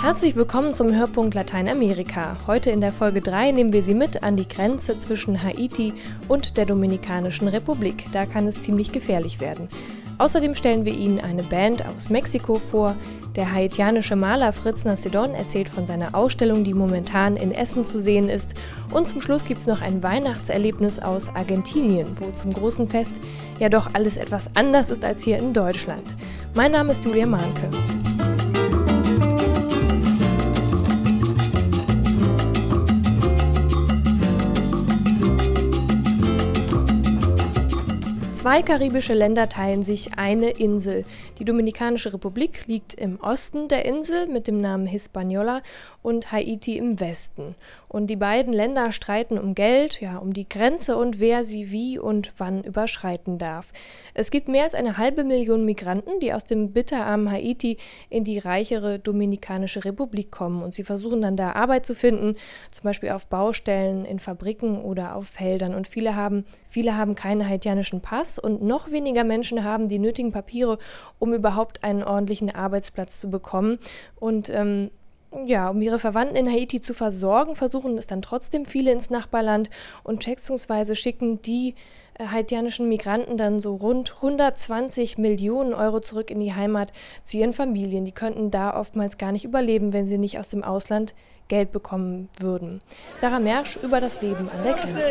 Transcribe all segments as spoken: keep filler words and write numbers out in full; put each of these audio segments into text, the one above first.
Herzlich willkommen zum Hörpunkt Lateinamerika. Heute in der Folge drei nehmen wir Sie mit an die Grenze zwischen Haiti und der Dominikanischen Republik. Da kann es ziemlich gefährlich werden. Außerdem stellen wir Ihnen eine Band aus Mexiko vor. Der haitianische Maler Fritz Nacedón erzählt von seiner Ausstellung, die momentan in Essen zu sehen ist. Und zum Schluss gibt es noch ein Weihnachtserlebnis aus Argentinien, wo zum großen Fest ja doch alles etwas anders ist als hier in Deutschland. Mein Name ist Julia Mahnke. Zwei karibische Länder teilen sich eine Insel. Die Dominikanische Republik liegt im Osten der Insel mit dem Namen Hispaniola und Haiti im Westen. Und die beiden Länder streiten um Geld, ja, um die Grenze und wer sie wie und wann überschreiten darf. Es gibt mehr als eine halbe Million Migranten, die aus dem bitterarmen Haiti in die reichere Dominikanische Republik kommen. Und sie versuchen dann da Arbeit zu finden, zum Beispiel auf Baustellen, in Fabriken oder auf Feldern. Und viele haben, viele haben keinen haitianischen Pass. Und noch weniger Menschen haben die nötigen Papiere, um überhaupt einen ordentlichen Arbeitsplatz zu bekommen. Und ähm, ja, um ihre Verwandten in Haiti zu versorgen, versuchen es dann trotzdem viele ins Nachbarland und schätzungsweise schicken die äh, haitianischen Migranten dann so rund hundertzwanzig Millionen Euro zurück in die Heimat zu ihren Familien. Die könnten da oftmals gar nicht überleben, wenn sie nicht aus dem Ausland Geld bekommen würden. Sarah Mersch über das Leben an der Grenze.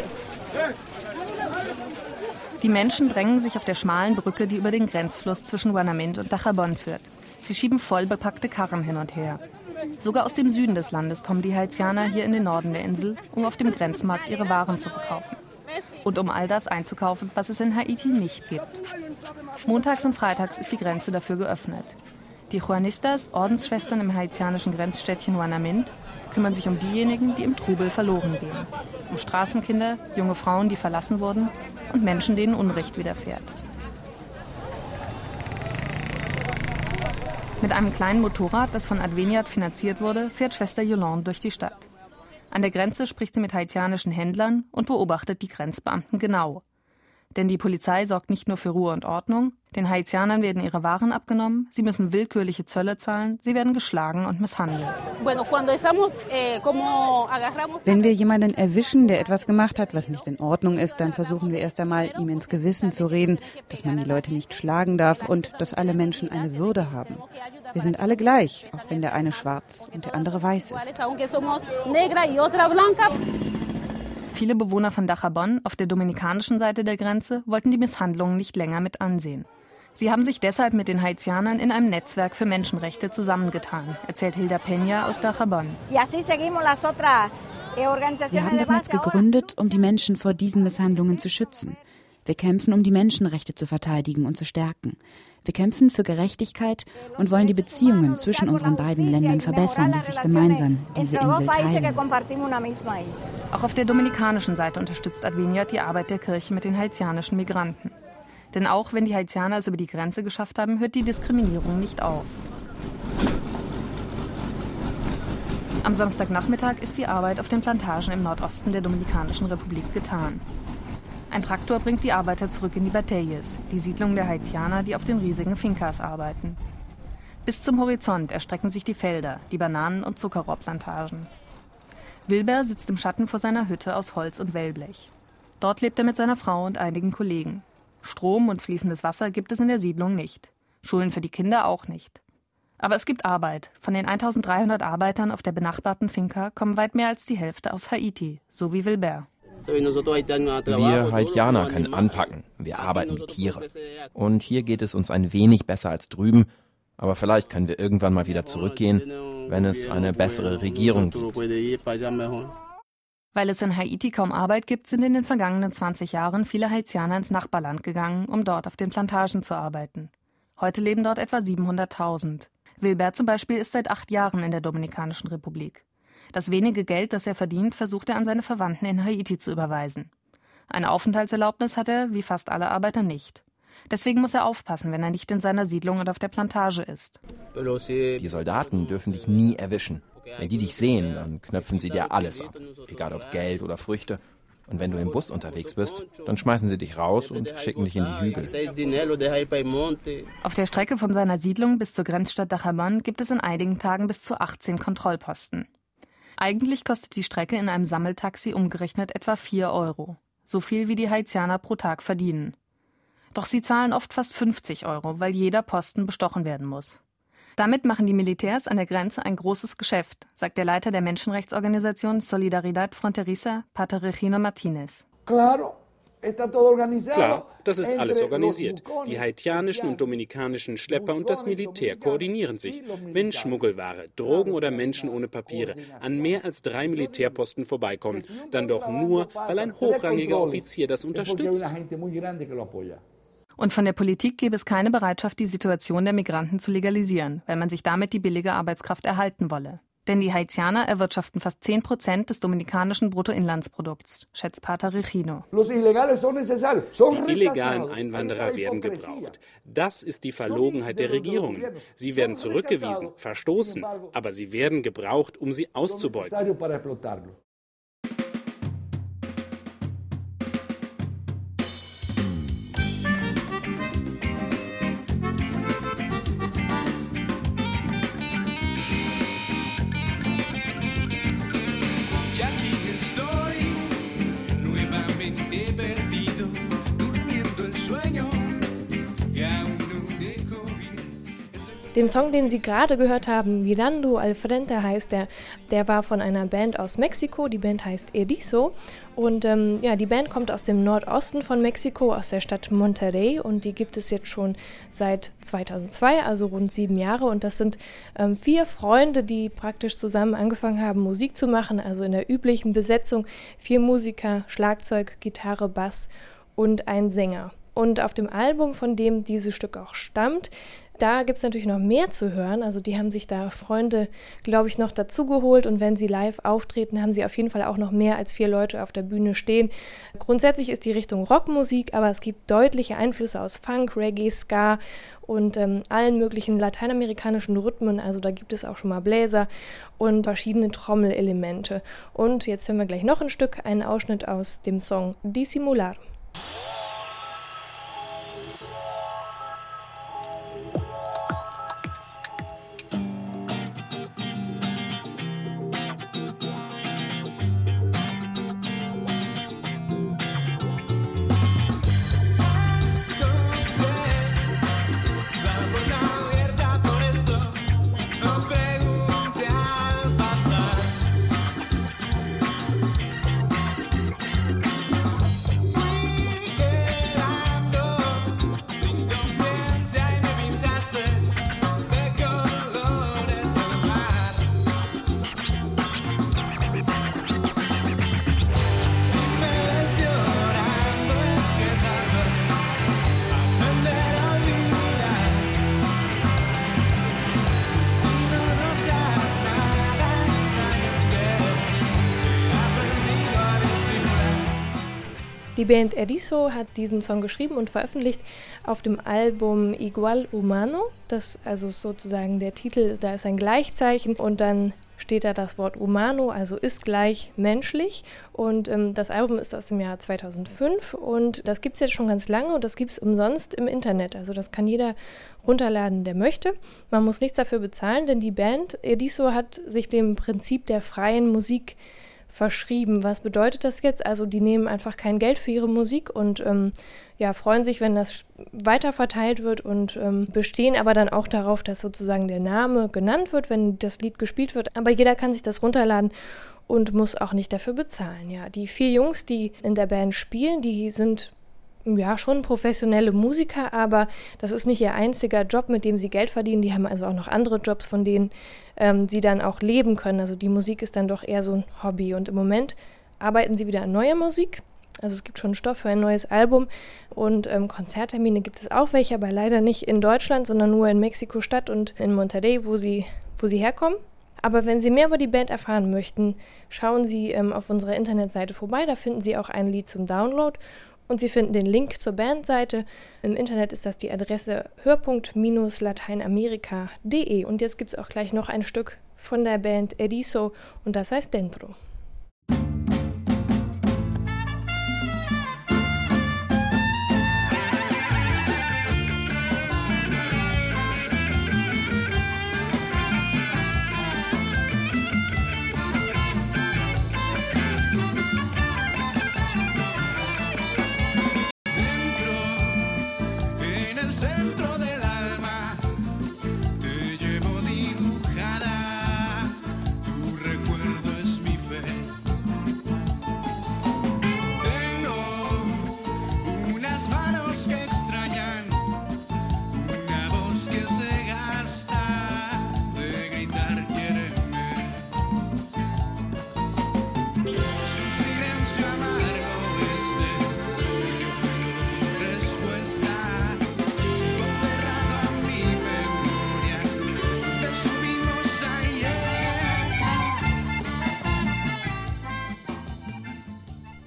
Die Menschen drängen sich auf der schmalen Brücke, die über den Grenzfluss zwischen Guanamint und Dajabón führt. Sie schieben vollbepackte Karren hin und her. Sogar aus dem Süden des Landes kommen die Haitianer hier in den Norden der Insel, um auf dem Grenzmarkt ihre Waren zu verkaufen. Und um all das einzukaufen, was es in Haiti nicht gibt. Montags und freitags ist die Grenze dafür geöffnet. Die Juanistas, Ordensschwestern im haitianischen Grenzstädtchen Guanamint, kümmern sich um diejenigen, die im Trubel verloren gehen. Um Straßenkinder, junge Frauen, die verlassen wurden und Menschen, denen Unrecht widerfährt. Mit einem kleinen Motorrad, das von Adveniat finanziert wurde, fährt Schwester Yolande durch die Stadt. An der Grenze spricht sie mit haitianischen Händlern und beobachtet die Grenzbeamten genau. Denn die Polizei sorgt nicht nur für Ruhe und Ordnung, den Haitianern werden ihre Waren abgenommen, sie müssen willkürliche Zölle zahlen, sie werden geschlagen und misshandelt. Wenn wir jemanden erwischen, der etwas gemacht hat, was nicht in Ordnung ist, dann versuchen wir erst einmal, ihm ins Gewissen zu reden, dass man die Leute nicht schlagen darf und dass alle Menschen eine Würde haben. Wir sind alle gleich, auch wenn der eine schwarz und der andere weiß ist. Viele Bewohner von Dajabón auf der dominikanischen Seite der Grenze wollten die Misshandlungen nicht länger mit ansehen. Sie haben sich deshalb mit den Haitianern in einem Netzwerk für Menschenrechte zusammengetan, erzählt Hilda Peña aus Dajabón. Wir haben das Netz gegründet, um die Menschen vor diesen Misshandlungen zu schützen. Wir kämpfen, um die Menschenrechte zu verteidigen und zu stärken. Wir kämpfen für Gerechtigkeit und wollen die Beziehungen zwischen unseren beiden Ländern verbessern, die sich gemeinsam diese Insel teilen. Auch auf der dominikanischen Seite unterstützt Adveniat die Arbeit der Kirche mit den haitianischen Migranten. Denn auch wenn die Haitianer es über die Grenze geschafft haben, hört die Diskriminierung nicht auf. Am Samstagnachmittag ist die Arbeit auf den Plantagen im Nordosten der Dominikanischen Republik getan. Ein Traktor bringt die Arbeiter zurück in die Batalles, die Siedlung der Haitianer, die auf den riesigen Fincas arbeiten. Bis zum Horizont erstrecken sich die Felder, die Bananen- und Zuckerrohrplantagen. Wilber sitzt im Schatten vor seiner Hütte aus Holz und Wellblech. Dort lebt er mit seiner Frau und einigen Kollegen. Strom und fließendes Wasser gibt es in der Siedlung nicht. Schulen für die Kinder auch nicht. Aber es gibt Arbeit. Von den eintausenddreihundert Arbeitern auf der benachbarten Finca kommen weit mehr als die Hälfte aus Haiti, so wie Wilber. Wir Haitianer können anpacken, wir arbeiten wie Tiere. Und hier geht es uns ein wenig besser als drüben, aber vielleicht können wir irgendwann mal wieder zurückgehen, wenn es eine bessere Regierung gibt. Weil es in Haiti kaum Arbeit gibt, sind in den vergangenen zwanzig Jahren viele Haitianer ins Nachbarland gegangen, um dort auf den Plantagen zu arbeiten. Heute leben dort etwa siebenhunderttausend. Wilbert zum Beispiel ist seit acht Jahren in der Dominikanischen Republik. Das wenige Geld, das er verdient, versucht er an seine Verwandten in Haiti zu überweisen. Eine Aufenthaltserlaubnis hat er, wie fast alle Arbeiter, nicht. Deswegen muss er aufpassen, wenn er nicht in seiner Siedlung und auf der Plantage ist. Die Soldaten dürfen dich nie erwischen. Wenn die dich sehen, dann knöpfen sie dir alles ab. Egal ob Geld oder Früchte. Und wenn du im Bus unterwegs bist, dann schmeißen sie dich raus und schicken dich in die Hügel. Auf der Strecke von seiner Siedlung bis zur Grenzstadt Dajabón gibt es in einigen Tagen bis zu achtzehn Kontrollposten. Eigentlich kostet die Strecke in einem Sammeltaxi umgerechnet etwa vier Euro. So viel wie die Haitianer pro Tag verdienen. Doch sie zahlen oft fast fünfzig Euro, weil jeder Posten bestochen werden muss. Damit machen die Militärs an der Grenze ein großes Geschäft, sagt der Leiter der Menschenrechtsorganisation Solidaridad Fronteriza, Pater Regino Martinez. Klar, das ist alles organisiert. Die haitianischen und dominikanischen Schlepper und das Militär koordinieren sich. Wenn Schmuggelware, Drogen oder Menschen ohne Papiere an mehr als drei Militärposten vorbeikommen, dann doch nur, weil ein hochrangiger Offizier das unterstützt. Und von der Politik gäbe es keine Bereitschaft, die Situation der Migranten zu legalisieren, weil man sich damit die billige Arbeitskraft erhalten wolle. Denn die Haitianer erwirtschaften fast zehn Prozent des dominikanischen Bruttoinlandsprodukts, schätzt Pater Regino. Die illegalen Einwanderer werden gebraucht. Das ist die Verlogenheit der Regierungen. Sie werden zurückgewiesen, verstoßen, aber sie werden gebraucht, um sie auszubeuten. Den Song, den Sie gerade gehört haben, Mirando al Frente heißt der, der war von einer Band aus Mexiko, die Band heißt Erizo und ähm, ja, die Band kommt aus dem Nordosten von Mexiko, aus der Stadt Monterrey und die gibt es jetzt schon seit zweitausendzwei, also rund sieben Jahre und das sind ähm, vier Freunde, die praktisch zusammen angefangen haben, Musik zu machen, also in der üblichen Besetzung, vier Musiker, Schlagzeug, Gitarre, Bass und ein Sänger. Und auf dem Album, von dem dieses Stück auch stammt, da gibt es natürlich noch mehr zu hören. Also die haben sich da Freunde, glaube ich, noch dazugeholt. Und wenn sie live auftreten, haben sie auf jeden Fall auch noch mehr als vier Leute auf der Bühne stehen. Grundsätzlich ist die Richtung Rockmusik, aber es gibt deutliche Einflüsse aus Funk, Reggae, Ska und ähm, allen möglichen lateinamerikanischen Rhythmen. Also da gibt es auch schon mal Bläser und verschiedene Trommelelemente. Und jetzt hören wir gleich noch ein Stück, einen Ausschnitt aus dem Song Disimular. Die Band Erizo hat diesen Song geschrieben und veröffentlicht auf dem Album Igual Humano. Das also sozusagen der Titel, da ist ein Gleichzeichen und dann steht da das Wort Humano, also ist gleich menschlich. Und ähm, das Album ist aus dem Jahr zweitausendfünf und das gibt es jetzt schon ganz lange und das gibt es umsonst im Internet. Also das kann jeder runterladen, der möchte. Man muss nichts dafür bezahlen, denn die Band Erizo hat sich dem Prinzip der freien Musik verschrieben. Was bedeutet das jetzt? Also die nehmen einfach kein Geld für ihre Musik und ähm, ja, freuen sich, wenn das weiterverteilt wird und ähm, bestehen aber dann auch darauf, dass sozusagen der Name genannt wird, wenn das Lied gespielt wird. Aber jeder kann sich das runterladen und muss auch nicht dafür bezahlen. Ja, die vier Jungs, die in der Band spielen, die sind ja schon professionelle Musiker, aber das ist nicht ihr einziger Job, mit dem sie Geld verdienen. Die haben also auch noch andere Jobs, von denen ähm, sie dann auch leben können. Also die Musik ist dann doch eher so ein Hobby. Und im Moment arbeiten sie wieder an neuer Musik. Also es gibt schon Stoff für ein neues Album und ähm, Konzerttermine gibt es auch welche, aber leider nicht in Deutschland, sondern nur in Mexiko-Stadt und in Monterrey, wo sie, wo sie herkommen. Aber wenn Sie mehr über die Band erfahren möchten, schauen Sie ähm, auf unserer Internetseite vorbei. Da finden Sie auch ein Lied zum Download. Und Sie finden den Link zur Bandseite. Im Internet ist das die Adresse hörpunkt lateinamerika punkt de. Und jetzt gibt es auch gleich noch ein Stück von der Band Erizo und das heißt Dentro.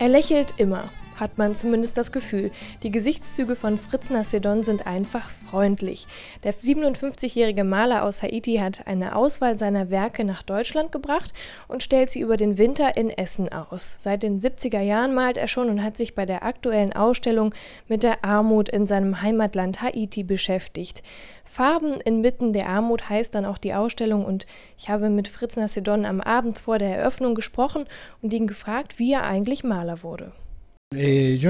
lächelt immer, hat man zumindest das Gefühl. Die Gesichtszüge von Frits Nacedón sind einfach freundlich. Der siebenundfünfzigjährige Maler aus Haiti hat eine Auswahl seiner Werke nach Deutschland gebracht und stellt sie über den Winter in Essen aus. Seit den siebziger Jahren malt er schon und hat sich bei der aktuellen Ausstellung mit der Armut in seinem Heimatland Haiti beschäftigt. Farben inmitten der Armut heißt dann auch die Ausstellung und ich habe mit Frits Nacedón am Abend vor der Eröffnung gesprochen und ihn gefragt, wie er eigentlich Maler wurde. Ich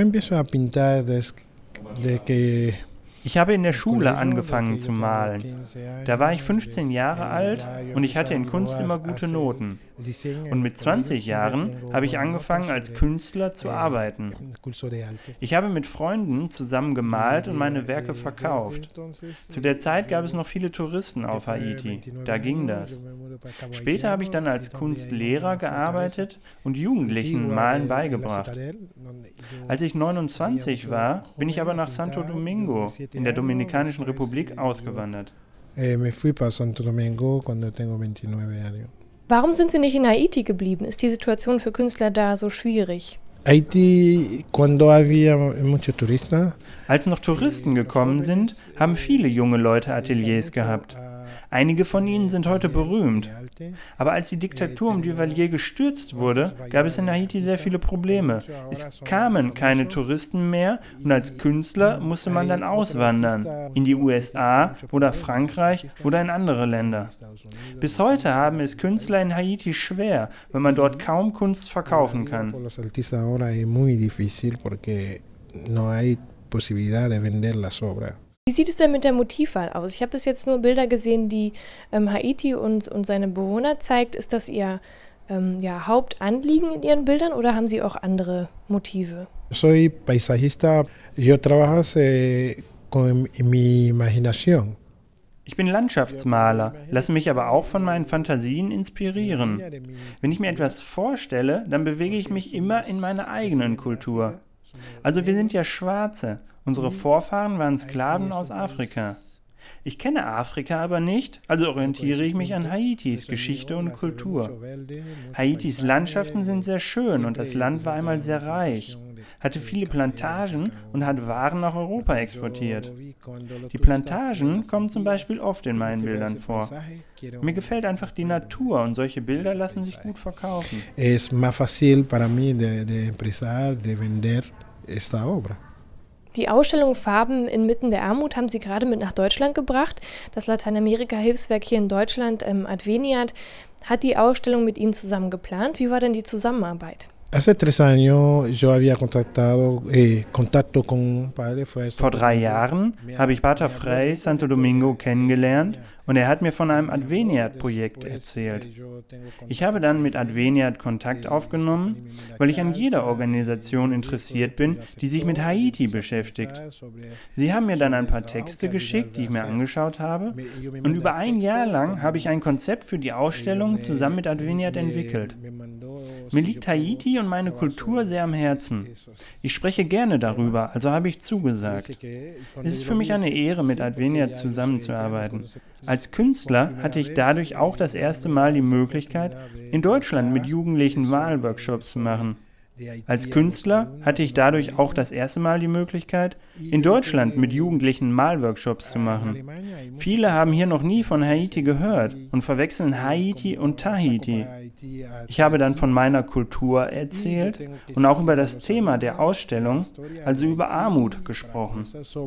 habe in der Schule angefangen zu malen. Da war ich fünfzehn Jahre alt und ich hatte in Kunst immer gute Noten. Und mit zwanzig Jahren habe ich angefangen, als Künstler zu arbeiten. Ich habe mit Freunden zusammen gemalt und meine Werke verkauft. Zu der Zeit gab es noch viele Touristen auf Haiti. Da ging das. Später habe ich dann als Kunstlehrer gearbeitet und Jugendlichen Malen beigebracht. Als ich neunundzwanzig war, bin ich aber nach Santo Domingo in der Dominikanischen Republik ausgewandert. Warum sind Sie nicht in Haiti geblieben? Ist die Situation für Künstler da so schwierig? Haiti, cuando había muchos turistas. Als noch Touristen gekommen sind, haben viele junge Leute Ateliers gehabt. Einige von ihnen sind heute berühmt. Aber als die Diktatur um Duvalier gestürzt wurde, gab es in Haiti sehr viele Probleme. Es kamen keine Touristen mehr und als Künstler musste man dann auswandern. In die U S A oder Frankreich oder in andere Länder. Bis heute haben es Künstler in Haiti schwer, weil man dort kaum Kunst verkaufen kann. Wie sieht es denn mit der Motivwahl aus? Ich habe bis jetzt nur Bilder gesehen, die ähm, Haiti und, und seine Bewohner zeigt. Ist das Ihr ähm, ja, Hauptanliegen in Ihren Bildern oder haben Sie auch andere Motive? Soy paisajista. Yo trabajo con mi imaginación. Ich bin Landschaftsmaler, lasse mich aber auch von meinen Fantasien inspirieren. Wenn ich mir etwas vorstelle, dann bewege ich mich immer in meiner eigenen Kultur. Also wir sind ja Schwarze. Unsere Vorfahren waren Sklaven aus Afrika. Ich kenne Afrika aber nicht, also orientiere ich mich an Haitis Geschichte und Kultur. Haitis Landschaften sind sehr schön und das Land war einmal sehr reich, hatte viele Plantagen und hat Waren nach Europa exportiert. Die Plantagen kommen zum Beispiel oft in meinen Bildern vor. Mir gefällt einfach die Natur und solche Bilder lassen sich gut verkaufen. Es más fácil para mí de, de empezar, de vender esta obra. Die Ausstellung Farben inmitten der Armut haben Sie gerade mit nach Deutschland gebracht. Das Lateinamerika-Hilfswerk hier in Deutschland, ähm, Adveniat, hat die Ausstellung mit Ihnen zusammen geplant. Wie war denn die Zusammenarbeit? Hace tres años yo había contactado, eh, contacto con un padre. Vor drei Jahren habe ich Pater Frei Santo Domingo kennengelernt und er hat mir von einem Adveniat-Projekt erzählt. Ich habe dann mit Adveniat Kontakt aufgenommen, weil ich an jeder Organisation interessiert bin, die sich mit Haiti beschäftigt. Sie haben mir dann ein paar Texte geschickt, die ich mir angeschaut habe und über ein Jahr lang habe ich ein Konzept für die Ausstellung zusammen mit Adveniat entwickelt. Mir liegt Haiti und meine Kultur sehr am Herzen. Ich spreche gerne darüber, also habe ich zugesagt. Es ist für mich eine Ehre, mit Adveniat zusammenzuarbeiten. Als Künstler hatte ich dadurch auch das erste Mal die Möglichkeit, in Deutschland mit Jugendlichen Malworkshops zu machen. Als Künstler hatte ich dadurch auch das erste Mal die Möglichkeit, in Deutschland mit Jugendlichen Malworkshops zu machen. Viele haben hier noch nie von Haiti gehört und verwechseln Haiti und Tahiti. Ich habe dann von meiner Kultur erzählt und auch über das Thema der Ausstellung, also über Armut, gesprochen.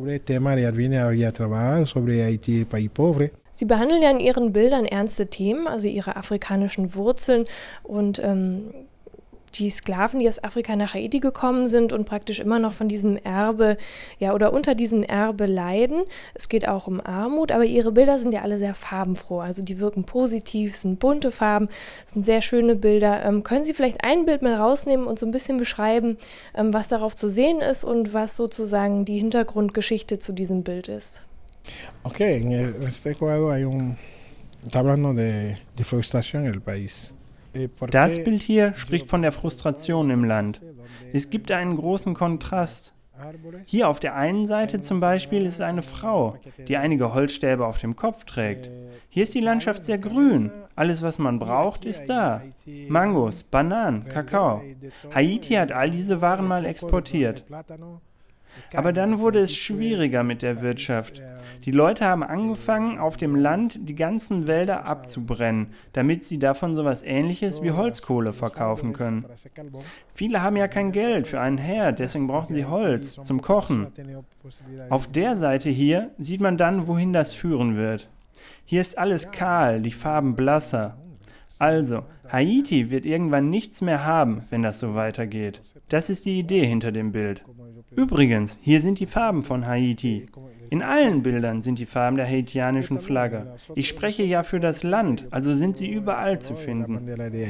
Sie behandeln ja in Ihren Bildern ernste Themen, also Ihre afrikanischen Wurzeln und ähm, die Sklaven, die aus Afrika nach Haiti gekommen sind und praktisch immer noch von diesem Erbe, ja, oder unter diesem Erbe leiden. Es geht auch um Armut, aber Ihre Bilder sind ja alle sehr farbenfroh, also die wirken positiv, sind bunte Farben, sind sehr schöne Bilder. Ähm, können Sie vielleicht ein Bild mal rausnehmen und so ein bisschen beschreiben, ähm, was darauf zu sehen ist und was sozusagen die Hintergrundgeschichte zu diesem Bild ist? Okay, en este cuadro hay un, está hablando de deforestación en el país. Das Bild hier spricht von der Frustration im Land. Es gibt einen großen Kontrast. Hier auf der einen Seite zum Beispiel ist eine Frau, die einige Holzstäbe auf dem Kopf trägt. Hier ist die Landschaft sehr grün. Alles, was man braucht, ist da. Mangos, Bananen, Kakao. Haiti hat all diese Waren mal exportiert. Aber dann wurde es schwieriger mit der Wirtschaft. Die Leute haben angefangen, auf dem Land die ganzen Wälder abzubrennen, damit sie davon sowas Ähnliches wie Holzkohle verkaufen können. Viele haben ja kein Geld für einen Herd, deswegen brauchen sie Holz zum Kochen. Auf der Seite hier sieht man dann, wohin das führen wird. Hier ist alles kahl, die Farben blasser. Also, Haiti wird irgendwann nichts mehr haben, wenn das so weitergeht. Das ist die Idee hinter dem Bild. Übrigens, hier sind die Farben von Haiti. In allen Bildern sind die Farben der haitianischen Flagge. Ich spreche ja für das Land, also sind sie überall zu finden.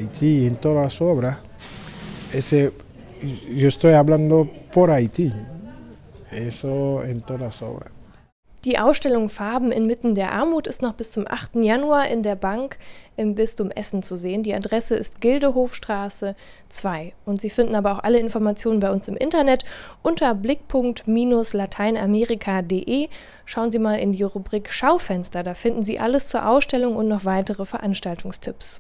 Yo estoy hablando por Haití. Eso en todas las obras. Die Ausstellung Farben inmitten der Armut ist noch bis zum achten Januar in der Bank im Bistum Essen zu sehen. Die Adresse ist Gildehofstraße zwei. Und Sie finden aber auch alle Informationen bei uns im Internet unter blickpunkt lateinamerika punkt de. Schauen Sie mal in die Rubrik Schaufenster, da finden Sie alles zur Ausstellung und noch weitere Veranstaltungstipps.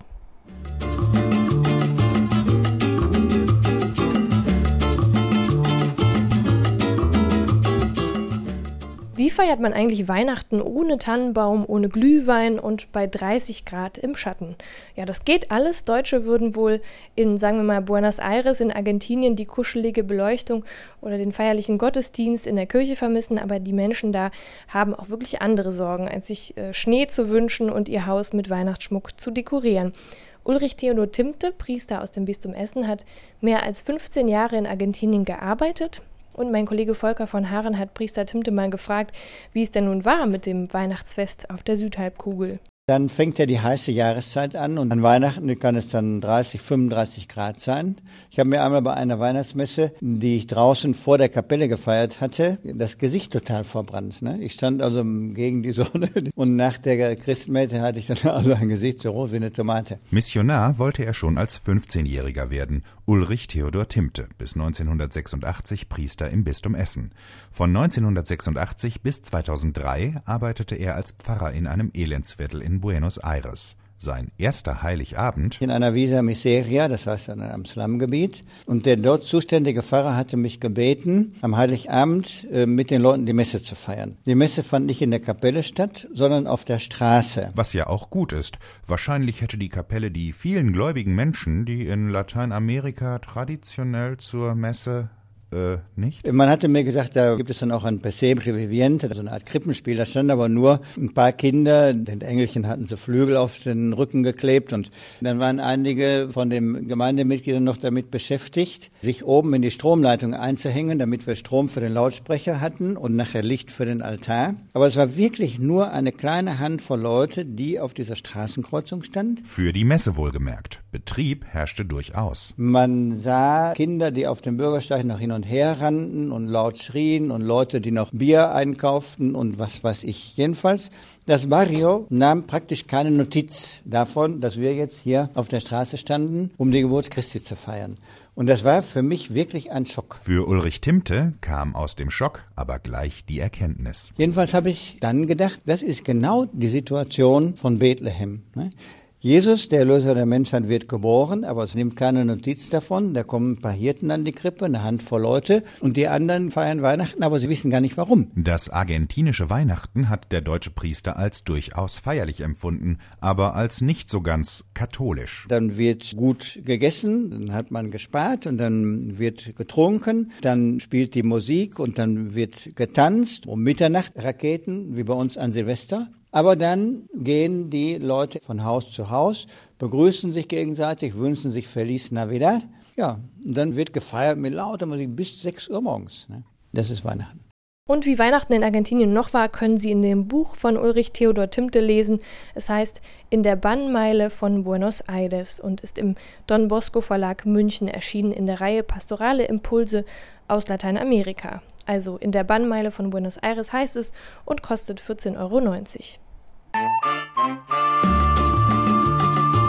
Wie feiert man eigentlich Weihnachten ohne Tannenbaum, ohne Glühwein und bei dreißig Grad im Schatten? Ja, das geht alles. Deutsche würden wohl in, sagen wir mal, Buenos Aires in Argentinien die kuschelige Beleuchtung oder den feierlichen Gottesdienst in der Kirche vermissen, aber die Menschen da haben auch wirklich andere Sorgen, als sich äh, Schnee zu wünschen und ihr Haus mit Weihnachtsschmuck zu dekorieren. Ulrich Theodor Timte, Priester aus dem Bistum Essen, hat mehr als fünfzehn Jahre in Argentinien gearbeitet. Und mein Kollege Volker von Haaren hat Priester Timte mal gefragt, wie es denn nun war mit dem Weihnachtsfest auf der Südhalbkugel. Dann fängt ja die heiße Jahreszeit an und an Weihnachten kann es dann dreißig, fünfunddreißig Grad sein. Ich habe mir einmal bei einer Weihnachtsmesse, die ich draußen vor der Kapelle gefeiert hatte, das Gesicht total verbrannt. Ne? Ich stand also gegen die Sonne und nach der Christmette hatte ich dann also ein Gesicht so rot wie eine Tomate. Missionar wollte er schon als fünfzehnjähriger werden, Ulrich Theodor Timte, bis neunzehnhundertsechsundachtzig Priester im Bistum Essen. Von neunzehnhundertsechsundachtzig bis zweitausenddrei arbeitete er als Pfarrer in einem Elendsviertel in Buenos Aires. Sein erster Heiligabend in einer Villa Miseria, das heißt in einem Slumgebiet. Und der dort zuständige Pfarrer hatte mich gebeten, am Heiligabend äh, mit den Leuten die Messe zu feiern. Die Messe fand nicht in der Kapelle statt, sondern auf der Straße. Was ja auch gut ist. Wahrscheinlich hätte die Kapelle die vielen gläubigen Menschen, die in Lateinamerika traditionell zur Messe Äh, nicht? Man hatte mir gesagt, da gibt es dann auch ein Pesebre Viviente, so eine Art Krippenspiel. Da standen aber nur ein paar Kinder. Den Engelchen hatten so Flügel auf den Rücken geklebt. Und dann waren einige von den Gemeindemitgliedern noch damit beschäftigt, sich oben in die Stromleitung einzuhängen, damit wir Strom für den Lautsprecher hatten und nachher Licht für den Altar. Aber es war wirklich nur eine kleine Handvoll Leute, die auf dieser Straßenkreuzung stand. Für die Messe wohlgemerkt. Betrieb herrschte durchaus. Man sah Kinder, die auf dem Bürgersteig noch hin und her rannten und laut schrien und Leute, die noch Bier einkauften und was weiß ich. Jedenfalls, das Barrio nahm praktisch keine Notiz davon, dass wir jetzt hier auf der Straße standen, um die Geburt Christi zu feiern. Und das war für mich wirklich ein Schock. Für Ulrich Timte kam aus dem Schock aber gleich die Erkenntnis. Jedenfalls habe ich dann gedacht, das ist genau die Situation von Bethlehem, ne? Jesus, der Erlöser der Menschheit, wird geboren, aber es nimmt keine Notiz davon. Da kommen ein paar Hirten an die Krippe, eine Handvoll Leute und die anderen feiern Weihnachten, aber sie wissen gar nicht warum. Das argentinische Weihnachten hat der deutsche Priester als durchaus feierlich empfunden, aber als nicht so ganz katholisch. Dann wird gut gegessen, dann hat man gespart und dann wird getrunken, dann spielt die Musik und dann wird getanzt, um Mitternacht Raketen, wie bei uns an Silvester. Aber dann gehen die Leute von Haus zu Haus, begrüßen sich gegenseitig, wünschen sich Feliz Navidad. Ja, und dann wird gefeiert mit lauter Musik bis sechs Uhr morgens. Das ist Weihnachten. Und wie Weihnachten in Argentinien noch war, können Sie in dem Buch von Ulrich Theodor Timte lesen. Es heißt In der Bannmeile von Buenos Aires und ist im Don Bosco Verlag München erschienen in der Reihe Pastorale Impulse aus Lateinamerika. Also In der Bannmeile von Buenos Aires heißt es und kostet vierzehn Euro neunzig.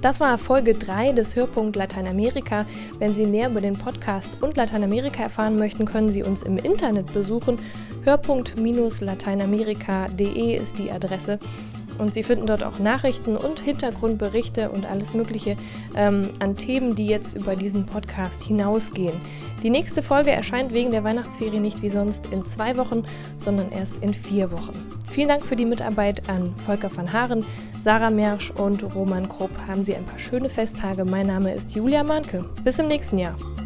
Das war Folge drei des Hörpunkt Lateinamerika. Wenn Sie mehr über den Podcast und Lateinamerika erfahren möchten, können Sie uns im Internet besuchen. hörpunkt lateinamerika punkt de ist die Adresse. Und Sie finden dort auch Nachrichten und Hintergrundberichte und alles Mögliche ähm, an Themen, die jetzt über diesen Podcast hinausgehen. Die nächste Folge erscheint wegen der Weihnachtsferien nicht wie sonst in zwei Wochen, sondern erst in vier Wochen. Vielen Dank für die Mitarbeit an Volker van Haaren, Sarah Mersch und Roman Krupp. Haben Sie ein paar schöne Festtage. Mein Name ist Julia Mahnke. Bis im nächsten Jahr.